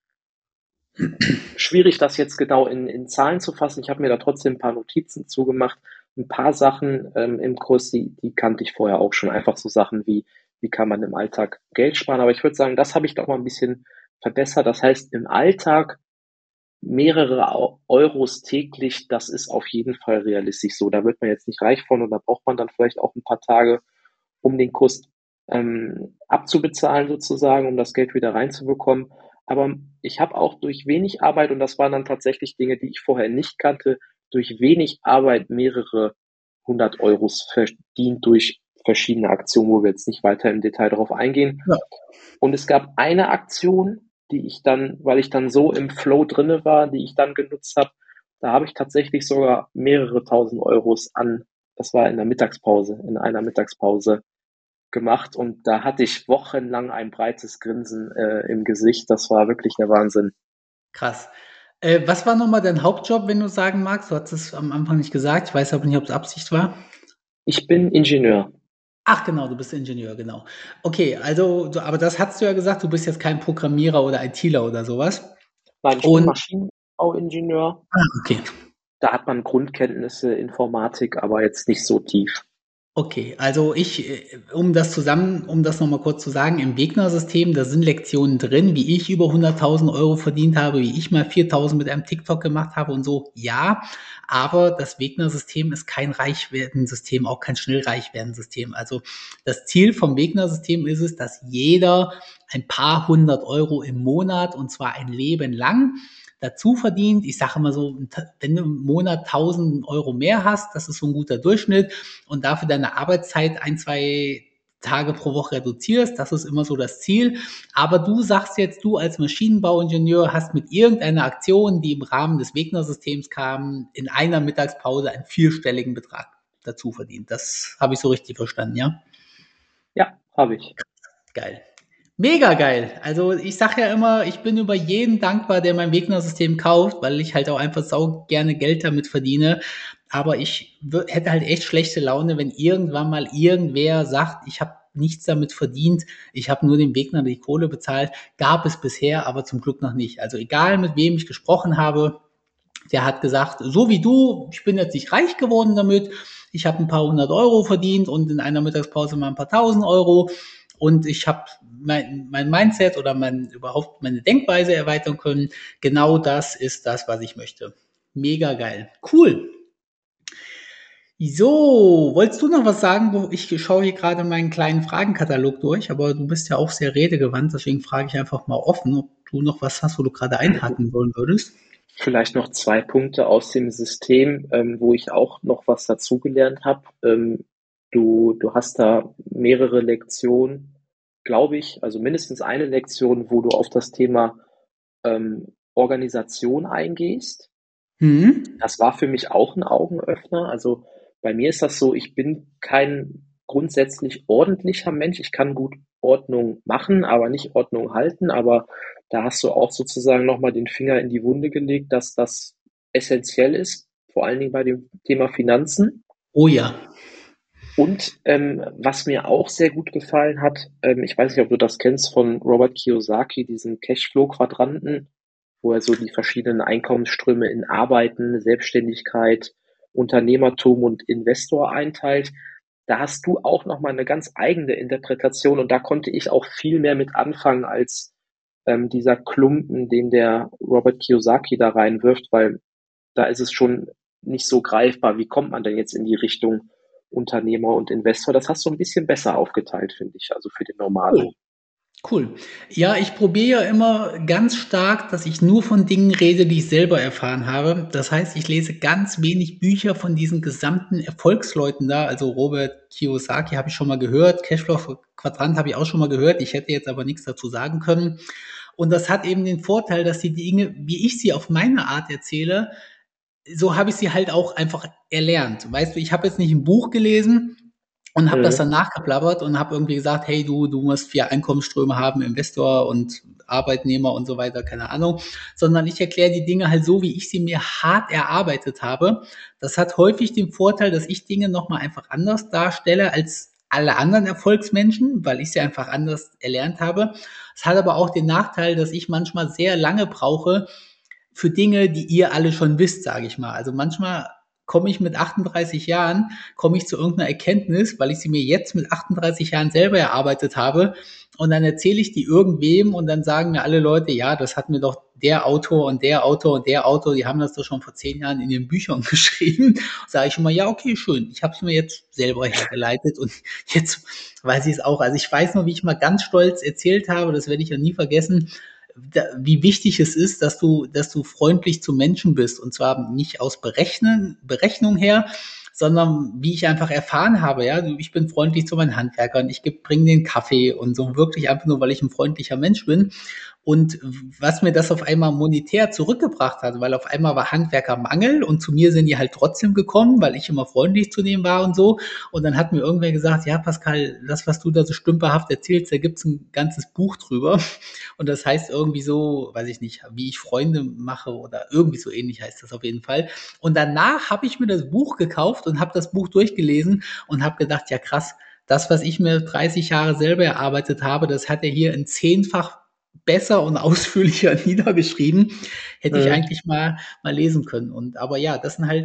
schwierig, das jetzt genau in Zahlen zu fassen. Ich habe mir da trotzdem ein paar Notizen zugemacht. Ein paar Sachen im Kurs, die kannte ich vorher auch schon. Einfach so Sachen wie kann man im Alltag Geld sparen. Aber ich würde sagen, das habe ich doch mal ein bisschen verbessert. Das heißt, im Alltag mehrere Euros täglich, das ist auf jeden Fall realistisch so. Da wird man jetzt nicht reich von und da braucht man dann vielleicht auch ein paar Tage, um den Kurs abzubezahlen sozusagen, um das Geld wieder reinzubekommen. Aber ich habe auch durch wenig Arbeit, und das waren dann tatsächlich Dinge, die ich vorher nicht kannte, durch wenig Arbeit mehrere 100 Euros verdient durch verschiedene Aktionen, wo wir jetzt nicht weiter im Detail darauf eingehen. Ja. Und es gab eine Aktion, die ich dann, weil ich dann so im Flow drinne war, die ich dann genutzt habe, da habe ich tatsächlich sogar mehrere tausend Euros das war in einer Mittagspause gemacht und da hatte ich wochenlang ein breites Grinsen im Gesicht. Das war wirklich der Wahnsinn. Krass. Was war nochmal dein Hauptjob, wenn du sagen magst? Du hattest es am Anfang nicht gesagt. Ich weiß aber nicht, ob es Absicht war. Ich bin Ingenieur. Ach genau, du bist Ingenieur, genau. Okay, also, aber das hast du ja gesagt, du bist jetzt kein Programmierer oder ITler oder sowas. Nein, ich bin Und, Maschinenbauingenieur. okay. Da hat man Grundkenntnisse Informatik, aber jetzt nicht so tief. Okay, also um das nochmal kurz zu sagen, im Wegner-System, da sind Lektionen drin, wie ich über 100.000 € verdient habe, wie ich mal 4.000 mit einem TikTok gemacht habe und so. Ja, aber das Wegner-System ist kein Reichwerden-System, auch kein Schnellreichwerden-System. Also das Ziel vom Wegner-System ist es, dass jeder ein paar 100 € im Monat, und zwar ein Leben lang, dazu verdient. Ich sage immer so, wenn du im Monat 1.000 € mehr hast, das ist so ein guter Durchschnitt, und dafür deine Arbeitszeit 1, 2 Tage pro Woche reduzierst. Das ist immer so das Ziel. Aber du sagst jetzt, du als Maschinenbauingenieur hast mit irgendeiner Aktion, die im Rahmen des Wegner-Systems kam, in einer Mittagspause einen vierstelligen Betrag dazu verdient. Das habe ich so richtig verstanden, ja? Ja, habe ich. Geil. Mega geil. Also ich sage ja immer, ich bin über jeden dankbar, der mein Wegner-System kauft, weil ich halt auch einfach sau gerne Geld damit verdiene. Aber hätte halt echt schlechte Laune, wenn irgendwann mal irgendwer sagt, ich habe nichts damit verdient, ich habe nur dem Wegner die Kohle bezahlt. Gab es bisher, aber zum Glück noch nicht. Also egal, mit wem ich gesprochen habe, der hat gesagt, so wie du, ich bin jetzt nicht reich geworden damit, ich habe ein paar 100 € verdient und in einer Mittagspause mal ein paar 1.000 € und ich habe mein Mindset oder überhaupt meine Denkweise erweitern können. Genau das ist das, was ich möchte. Mega geil. Cool. So, wolltest du noch was sagen? Ich schaue hier gerade meinen kleinen Fragenkatalog durch, aber du bist ja auch sehr redegewandt, deswegen frage ich einfach mal offen, ob du noch was hast, wo du gerade einhaken wollen würdest. Vielleicht noch 2 Punkte aus dem System, wo ich auch noch was dazugelernt habe. Du hast da mehrere Lektionen, glaube ich, also mindestens eine Lektion, wo du auf das Thema Organisation eingehst. Hm? Das war für mich auch ein Augenöffner. Also bei mir ist das so, ich bin kein grundsätzlich ordentlicher Mensch. Ich kann gut Ordnung machen, aber nicht Ordnung halten. Aber da hast du auch sozusagen nochmal den Finger in die Wunde gelegt, dass das essentiell ist, vor allen Dingen bei dem Thema Finanzen. Oh ja. Und was mir auch sehr gut gefallen hat, ich weiß nicht, ob du das kennst von Robert Kiyosaki, diesen Cashflow-Quadranten, wo er so die verschiedenen Einkommensströme in Arbeiten, Selbstständigkeit, Unternehmertum und Investor einteilt. Da hast du auch nochmal eine ganz eigene Interpretation und da konnte ich auch viel mehr mit anfangen als dieser Klumpen, den der Robert Kiyosaki da reinwirft, weil da ist es schon nicht so greifbar. Wie kommt man denn jetzt in die Richtung Unternehmer und Investor? Das hast du ein bisschen besser aufgeteilt, finde ich, also für den Cool. Normalo. Cool. Ja, ich probiere ja immer ganz stark, dass ich nur von Dingen rede, die ich selber erfahren habe. Das heißt, ich lese ganz wenig Bücher von diesen gesamten Erfolgsleuten da. Also Robert Kiyosaki habe ich schon mal gehört, Cashflow Quadrant habe ich auch schon mal gehört. Ich hätte jetzt aber nichts dazu sagen können. Und das hat eben den Vorteil, dass die Dinge, wie ich sie auf meine Art erzähle, so habe ich sie halt auch einfach erlernt. Weißt du, ich habe jetzt nicht ein Buch gelesen und habe das dann Mhm. nachgeplappert und habe irgendwie gesagt, hey, du musst 4 Einkommensströme haben, Investor und Arbeitnehmer und so weiter, keine Ahnung, sondern ich erkläre die Dinge halt so, wie ich sie mir hart erarbeitet habe. Das hat häufig den Vorteil, dass ich Dinge nochmal einfach anders darstelle als alle anderen Erfolgsmenschen, weil ich sie einfach anders erlernt habe. Es hat aber auch den Nachteil, dass ich manchmal sehr lange brauche, für Dinge, die ihr alle schon wisst, sage ich mal. Also manchmal komme ich mit 38 Jahren, komme ich zu irgendeiner Erkenntnis, weil ich sie mir jetzt mit 38 Jahren selber erarbeitet habe. Und dann erzähle ich die irgendwem und dann sagen mir alle Leute, ja, das hat mir doch der Autor und der Autor und der Autor, die haben das doch schon vor 10 Jahren in ihren Büchern geschrieben. Sage ich immer, ja, okay, schön. Ich habe es mir jetzt selber hergeleitet und jetzt weiß ich es auch. Also ich weiß noch, wie ich mal ganz stolz erzählt habe, das werde ich ja nie vergessen, wie wichtig es ist, dass du freundlich zu Menschen bist. Und zwar nicht aus Berechnung her, sondern wie ich einfach erfahren habe, ja, ich bin freundlich zu meinen Handwerkern, ich bringe den Kaffee und so wirklich einfach nur, weil ich ein freundlicher Mensch bin. Und was mir das auf einmal monetär zurückgebracht hat, weil auf einmal war Handwerkermangel und zu mir sind die halt trotzdem gekommen, weil ich immer freundlich zu denen war und so. Und dann hat mir irgendwer gesagt, ja, Pascal, das, was du da so stümperhaft erzählst, da gibt's ein ganzes Buch drüber. Und das heißt irgendwie so, weiß ich nicht, wie ich Freunde mache oder irgendwie so ähnlich heißt das auf jeden Fall. Und danach habe ich mir das Buch gekauft und habe das Buch durchgelesen und habe gedacht, ja krass, das, was ich mir 30 Jahre selber erarbeitet habe, das hat er hier in 10-fach besser und ausführlicher niedergeschrieben. Hätte ich Mhm. eigentlich mal lesen können. Und aber ja, das sind halt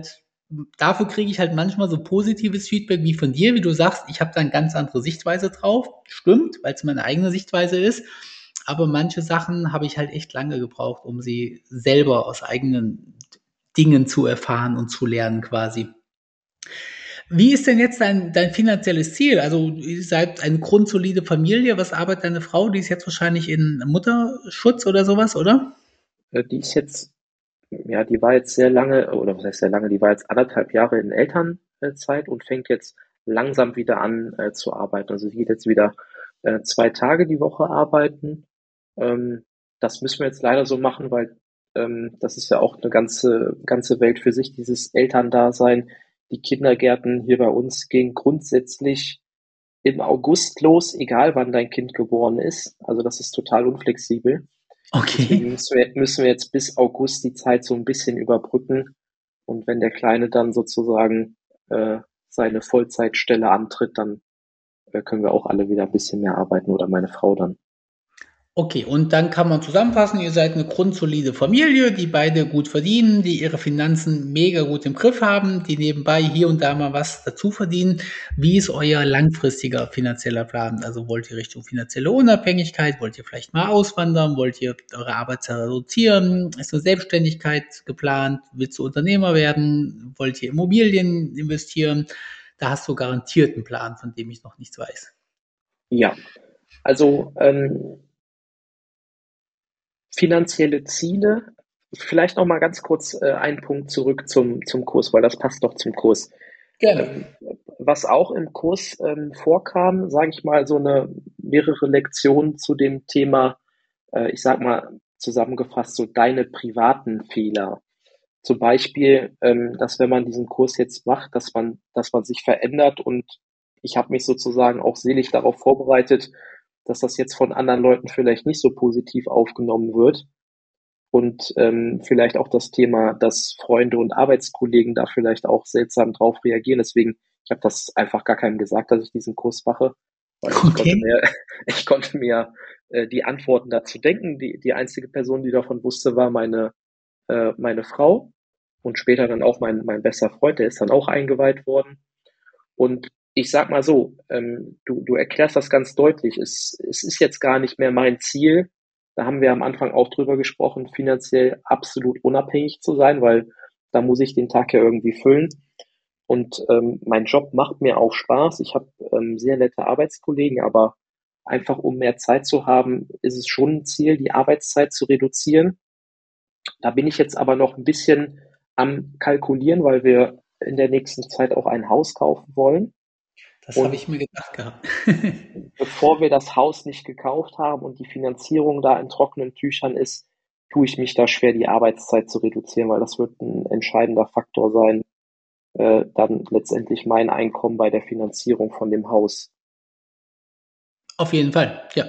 dafür kriege ich halt manchmal so positives Feedback wie von dir, wie du sagst, ich habe da eine ganz andere Sichtweise drauf. Stimmt, weil es meine eigene Sichtweise ist. Aber manche Sachen habe ich halt echt lange gebraucht, um sie selber aus eigenen Dingen zu erfahren und zu lernen quasi. Wie ist denn jetzt dein finanzielles Ziel? Also, ihr seid eine grundsolide Familie. Was arbeitet deine Frau? Die ist jetzt wahrscheinlich in Mutterschutz oder sowas, oder? Die ist jetzt, ja, die war jetzt sehr lange, oder was heißt sehr lange, die war jetzt 1,5 Jahre in Elternzeit und fängt jetzt langsam wieder an zu arbeiten. Also sie geht jetzt wieder 2 Tage die Woche arbeiten. Ähm, Das müssen wir jetzt leider so machen, weil das ist ja auch eine ganze Welt für sich, dieses Elterndasein. Die Kindergärten hier bei uns gehen grundsätzlich im August los, egal wann dein Kind geboren ist. Also das ist total unflexibel. Okay. Deswegen müssen wir jetzt bis August die Zeit so ein bisschen überbrücken. Und wenn der Kleine dann sozusagen seine Vollzeitstelle antritt, dann können wir auch alle wieder ein bisschen mehr arbeiten oder meine Frau dann. Okay, und dann kann man zusammenfassen, ihr seid eine grundsolide Familie, die beide gut verdienen, die ihre Finanzen mega gut im Griff haben, die nebenbei hier und da mal was dazu verdienen. Wie ist euer langfristiger finanzieller Plan? Also wollt ihr Richtung finanzielle Unabhängigkeit? Wollt ihr vielleicht mal auswandern? Wollt ihr eure Arbeitszeit reduzieren? Ist eine Selbstständigkeit geplant? Willst du Unternehmer werden? Wollt ihr Immobilien investieren? Da hast du garantiert einen Plan, von dem ich noch nichts weiß. Ja, also finanzielle Ziele. Vielleicht noch mal ganz kurz einen Punkt zurück zum Kurs, weil das passt doch zum Kurs. Gerne. Ähm, Was auch im Kurs vorkam, sage ich mal, so eine mehrere Lektionen zu dem Thema, ich sag mal zusammengefasst, so deine privaten Fehler. Zum Beispiel, dass wenn man diesen Kurs jetzt macht, dass man sich verändert und ich habe mich sozusagen auch seelisch darauf vorbereitet, dass das jetzt von anderen Leuten vielleicht nicht so positiv aufgenommen wird und vielleicht auch das Thema, dass Freunde und Arbeitskollegen da vielleicht auch seltsam drauf reagieren. Deswegen, ich habe das einfach gar keinem gesagt, dass ich diesen Kurs mache, weil ich konnte Okay. mir, ich konnte mir die Antworten dazu denken. Die einzige Person, die davon wusste, war meine Frau und später dann auch mein bester Freund, der ist dann auch eingeweiht worden. Und ich sag mal so, du erklärst das ganz deutlich. Es ist jetzt gar nicht mehr mein Ziel. Da haben wir am Anfang auch drüber gesprochen, finanziell absolut unabhängig zu sein, weil da muss ich den Tag ja irgendwie füllen. Und mein Job macht mir auch Spaß. Ich habe sehr nette Arbeitskollegen, aber einfach um mehr Zeit zu haben, ist es schon ein Ziel, die Arbeitszeit zu reduzieren. Da bin ich jetzt aber noch ein bisschen am Kalkulieren, weil wir in der nächsten Zeit auch ein Haus kaufen wollen. Das habe Und ich mir gedacht gehabt. bevor wir das Haus nicht gekauft haben und die Finanzierung da in trockenen Tüchern ist, tue ich mich da schwer, die Arbeitszeit zu reduzieren, weil das wird ein entscheidender Faktor sein, dann letztendlich mein Einkommen bei der Finanzierung von dem Haus. Auf jeden Fall, ja.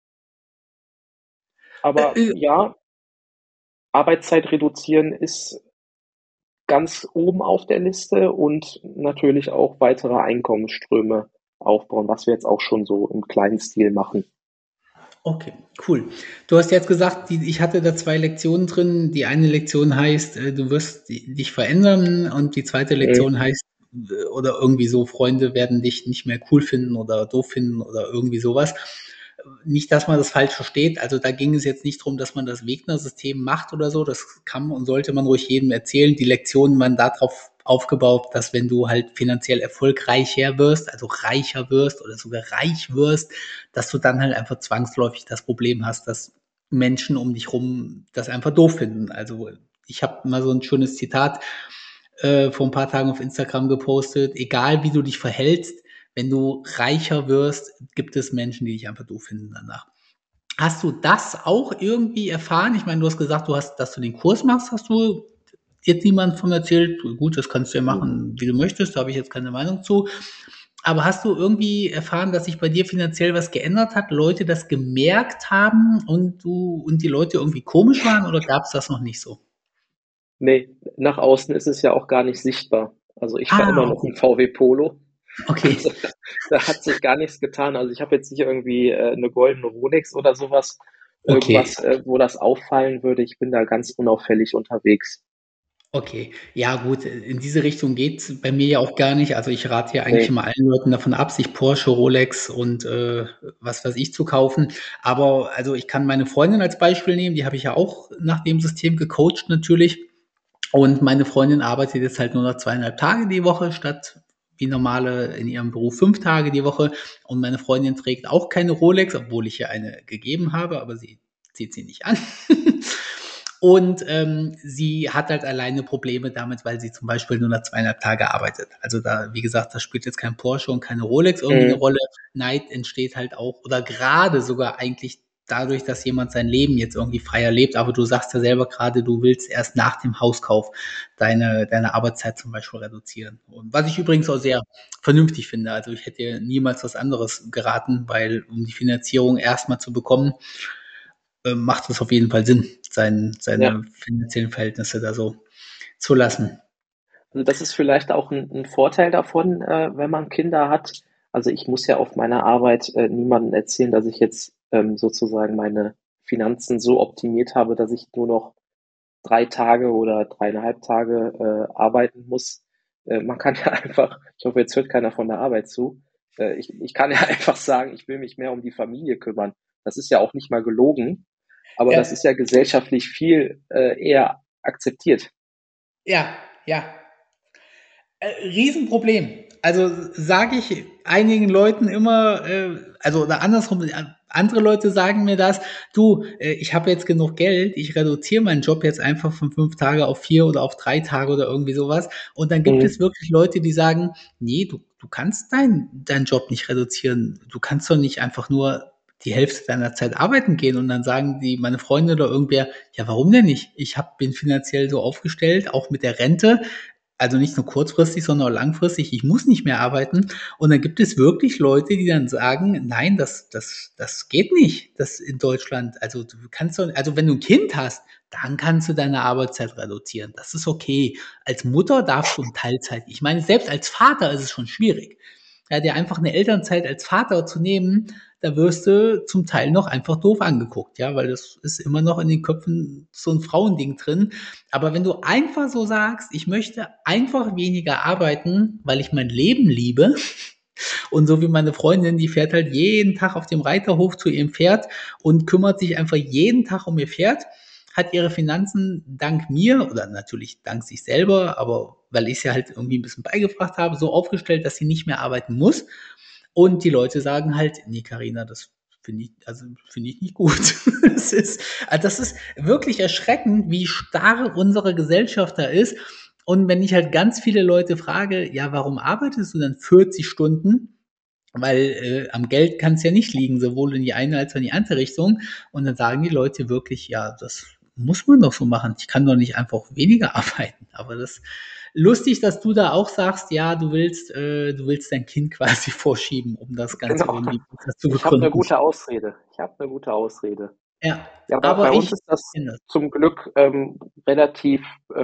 Aber Äh, ja, Arbeitszeit reduzieren ist ganz oben auf der Liste und natürlich auch weitere Einkommensströme aufbauen, was wir jetzt auch schon so im kleinen Stil machen. okay, cool. Du hast jetzt gesagt, ich hatte da 2 Lektionen drin. Die eine Lektion heißt, du wirst dich verändern und die zweite Mhm. Lektion heißt, oder irgendwie so, Freunde werden dich nicht mehr cool finden oder doof finden oder irgendwie sowas. Nicht, dass man das falsch versteht. Also da ging es jetzt nicht darum, dass man das Wegner-System macht oder so. Das kann und sollte man ruhig jedem erzählen. Die Lektionen waren darauf aufgebaut, dass wenn du halt finanziell erfolgreicher wirst, also reicher wirst oder sogar reich wirst, dass du dann halt einfach zwangsläufig das Problem hast, dass Menschen um dich rum das einfach doof finden. Also ich habe mal so ein schönes Zitat vor ein paar Tagen auf Instagram gepostet. Egal wie du dich verhältst, wenn du reicher wirst, gibt es Menschen, die dich einfach doof finden danach. Hast du das auch irgendwie erfahren? Ich meine, du hast gesagt, dass du den Kurs machst. Hast du jetzt niemand von erzählt? Gut, das kannst du ja machen, wie du möchtest. Da habe ich jetzt keine Meinung zu. Aber hast du irgendwie erfahren, dass sich bei dir finanziell was geändert hat? Leute das gemerkt haben und die Leute irgendwie komisch waren oder gab es das noch nicht so? Nee, nach außen ist es ja auch gar nicht sichtbar. Also ich fahre immer Ah, noch okay. ein VW Polo. Also Okay. da hat sich gar nichts getan. Also ich habe jetzt nicht irgendwie eine goldene Rolex oder sowas, Okay. irgendwas, wo das auffallen würde. Ich bin da ganz unauffällig unterwegs. Okay, ja gut, in diese Richtung geht's bei mir ja auch gar nicht. Also, ich rate ja eigentlich Ne, immer allen Leuten davon ab, sich Porsche, Rolex und, was weiß ich zu kaufen. Aber also, ich kann meine Freundin als Beispiel nehmen, die habe ich ja auch nach dem System gecoacht natürlich. Und meine Freundin arbeitet jetzt halt nur noch 2,5 Tage die Woche statt wie normale in ihrem Beruf 5 Tage die Woche. Und meine Freundin trägt auch keine Rolex, obwohl ich ihr eine gegeben habe, aber sie zieht sie nicht an. Und sie hat halt alleine Probleme damit, weil sie zum Beispiel nur noch 2,5 Tage arbeitet. Also da, wie gesagt, da spielt jetzt kein Porsche und keine Rolex irgendwie eine mhm, Rolle. Neid entsteht halt auch oder gerade sogar eigentlich dadurch, dass jemand sein Leben jetzt irgendwie freier lebt. Aber du sagst ja selber gerade, du willst erst nach dem Hauskauf deine Arbeitszeit zum Beispiel reduzieren. Und was ich übrigens auch sehr vernünftig finde. Also ich hätte dir niemals was anderes geraten, weil um die Finanzierung erstmal zu bekommen, macht es auf jeden Fall Sinn, ja. seine finanziellen Verhältnisse da so zu lassen. Also das ist vielleicht auch ein Vorteil davon, wenn man Kinder hat. Also ich muss ja auf meiner Arbeit niemandem erzählen, dass ich jetzt sozusagen meine Finanzen so optimiert habe, dass ich nur noch 3 Tage oder 3,5 Tage arbeiten muss. Man kann ja einfach, ich hoffe, jetzt hört keiner von der Arbeit zu, ich kann ja einfach sagen, ich will mich mehr um die Familie kümmern. Das ist ja auch nicht mal gelogen, aber das Ja, ist ja gesellschaftlich viel eher akzeptiert. ja, ja. Riesenproblem. Also sage ich einigen Leuten immer, also oder andersrum, andere Leute sagen mir das, du, ich habe jetzt genug Geld, ich reduziere meinen Job jetzt einfach von 5 Tage auf 4 oder auf 3 Tage oder irgendwie sowas. Und dann gibt es Mhm. wirklich Leute, die sagen, nee, du kannst deinen Job nicht reduzieren. Du kannst doch nicht einfach nur die Hälfte deiner Zeit arbeiten gehen und dann sagen die, meine Freunde oder irgendwer, ja, warum denn nicht? Bin finanziell so aufgestellt, auch mit der Rente. Also nicht nur kurzfristig, sondern auch langfristig. Ich muss nicht mehr arbeiten. Und dann gibt es wirklich Leute, die dann sagen, nein, das geht nicht. Das in Deutschland. Also du kannst doch, also wenn du ein Kind hast, dann kannst du deine Arbeitszeit reduzieren. Das ist okay. Als Mutter darfst du in Teilzeit. Ich meine, selbst als Vater ist es schon schwierig. Ja, dir einfach eine Elternzeit als Vater zu nehmen, da wirst du zum Teil noch einfach doof angeguckt, ja, weil das ist immer noch in den Köpfen so ein Frauending drin. Aber wenn du einfach so sagst, ich möchte einfach weniger arbeiten, weil ich mein Leben liebe, und so wie meine Freundin, die fährt halt jeden Tag auf dem Reiterhof zu ihrem Pferd und kümmert sich einfach jeden Tag um ihr Pferd, hat ihre Finanzen dank mir oder natürlich dank sich selber, aber weil ich sie halt irgendwie ein bisschen beigebracht habe, so aufgestellt, dass sie nicht mehr arbeiten muss. Und die Leute sagen halt, nee, Carina, das finde ich nicht gut. Das ist wirklich erschreckend, wie starr unsere Gesellschaft da ist. Und wenn ich halt ganz viele Leute frage, ja, warum arbeitest du dann 40 Stunden? Weil am Geld kann es ja nicht liegen, sowohl in die eine als auch in die andere Richtung. Und dann sagen die Leute wirklich, ja, das muss man doch so machen. Ich kann doch nicht einfach weniger arbeiten. Aber das lustig, dass du da auch sagst, ja, du willst dein Kind quasi vorschieben, um das Ganze Genau. irgendwie besser zu Ich habe eine begründen. gute Ausrede. Ich habe eine gute Ausrede. Ja, Ja, bei aber uns ich ist das kenne das. zum Glück relativ,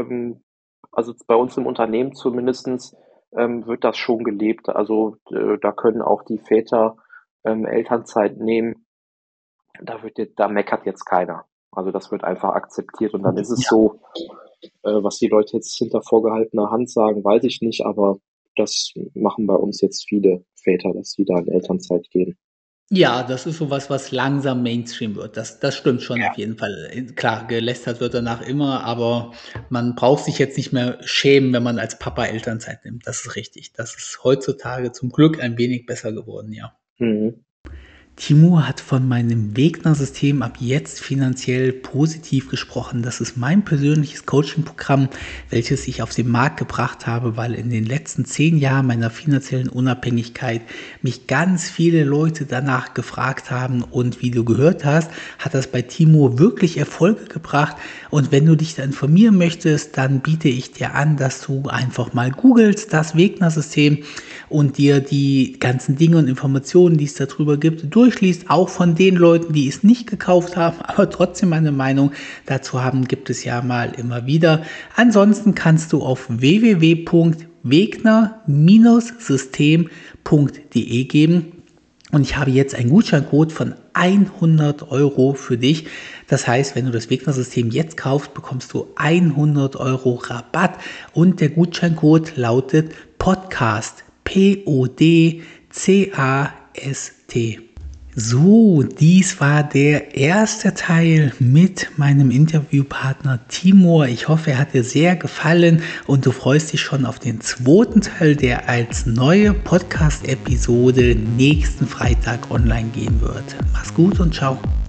also bei uns im Unternehmen zumindestens, wird das schon gelebt. Also da können auch die Väter Elternzeit nehmen. Da meckert jetzt keiner. Also das wird einfach akzeptiert und dann ist es Ja. so, was die Leute jetzt hinter vorgehaltener Hand sagen, weiß ich nicht, aber das machen bei uns jetzt viele Väter, dass sie da in Elternzeit gehen. Ja, das ist so was, was langsam Mainstream wird. Das stimmt schon auf jeden Fall. Klar, gelästert wird danach immer, aber man braucht sich jetzt nicht mehr schämen, wenn man als Papa Elternzeit nimmt. Das ist richtig. Das ist heutzutage zum Glück ein wenig besser geworden, ja. Mhm. Timur hat von meinem Wegner-System ab jetzt finanziell positiv gesprochen. Das ist mein persönliches Coaching-Programm, welches ich auf den Markt gebracht habe, weil in den letzten 10 Jahren meiner finanziellen Unabhängigkeit mich ganz viele Leute danach gefragt haben. Und wie du gehört hast, hat das bei Timur wirklich Erfolge gebracht. Und wenn du dich da informieren möchtest, dann biete ich dir an, dass du einfach mal googelst, das Wegner-System und dir die ganzen Dinge und Informationen, die es darüber gibt, durchliest, auch von den Leuten, die es nicht gekauft haben, aber trotzdem eine Meinung dazu haben, gibt es ja mal immer wieder. Ansonsten kannst du auf www.wegner-system.de geben Und ich habe jetzt einen Gutscheincode von 100 Euro für dich. Das heißt, wenn du das Wegner-System jetzt kaufst, bekommst du 100 Euro Rabatt. Und der Gutscheincode lautet Podcast. P-O-D-C-A-S-T. So, dies war der erste Teil mit meinem Interviewpartner Timur. Ich hoffe, er hat dir sehr gefallen und du freust dich schon auf den zweiten Teil, der als neue Podcast-Episode nächsten Freitag online gehen wird. Mach's gut und ciao.